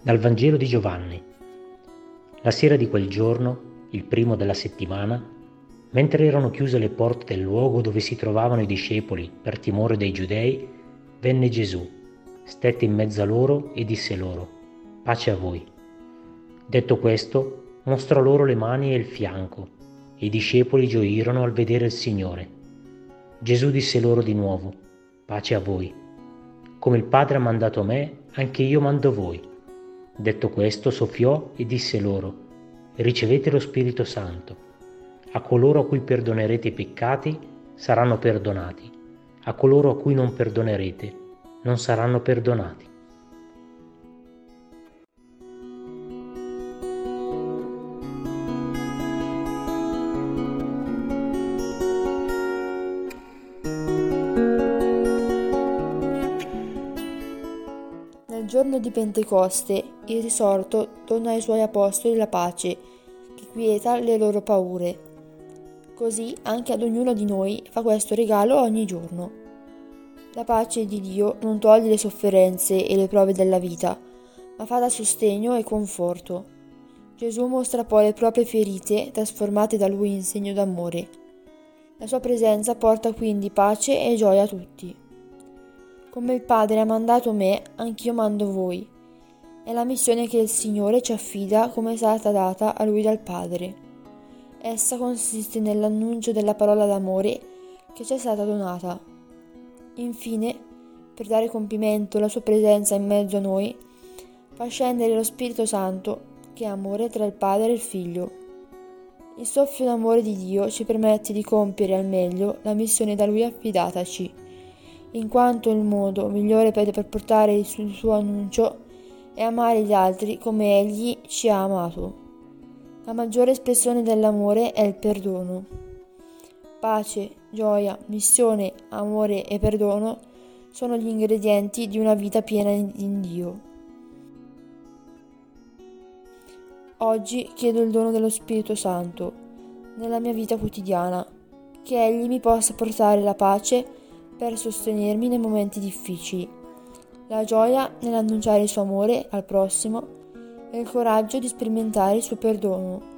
Dal Vangelo di Giovanni. La sera di quel giorno, il primo della settimana, mentre erano chiuse le porte del luogo dove si trovavano i discepoli per timore dei giudei, venne Gesù, stette in mezzo a loro e disse loro: Pace a voi. Detto questo, mostrò loro le mani e il fianco, e i discepoli gioirono al vedere il Signore. Gesù disse loro di nuovo: Pace a voi. Come il Padre ha mandato me, anche io mando voi. Detto questo, soffiò e disse loro: Ricevete lo Spirito Santo. A coloro a cui perdonerete i peccati saranno perdonati. A coloro a cui non perdonerete non saranno perdonati. Nel giorno di Pentecoste il risorto dona ai suoi apostoli la pace, che quieta le loro paure. Così anche ad ognuno di noi fa questo regalo ogni giorno. La pace di Dio non toglie le sofferenze e le prove della vita, ma fa da sostegno e conforto. Gesù mostra poi le proprie ferite trasformate da Lui in segno d'amore. La sua presenza porta quindi pace e gioia a tutti. Come il Padre ha mandato me, anch'io mando voi. È la missione che il Signore ci affida come è stata data a Lui dal Padre. Essa consiste nell'annuncio della parola d'amore che ci è stata donata. Infine, per dare compimento alla sua presenza in mezzo a noi, fa scendere lo Spirito Santo, che è amore tra il Padre e il Figlio. Il soffio d'amore di Dio ci permette di compiere al meglio la missione da Lui affidataci, in quanto il modo migliore per portare il suo annuncio è amare gli altri come Egli ci ha amato. La maggiore espressione dell'amore è il perdono. Pace, gioia, missione, amore e perdono sono gli ingredienti di una vita piena in Dio. Oggi chiedo il dono dello Spirito Santo nella mia vita quotidiana, che Egli mi possa portare la pace per sostenermi nei momenti difficili, la gioia nell'annunciare il suo amore al prossimo e il coraggio di sperimentare il suo perdono.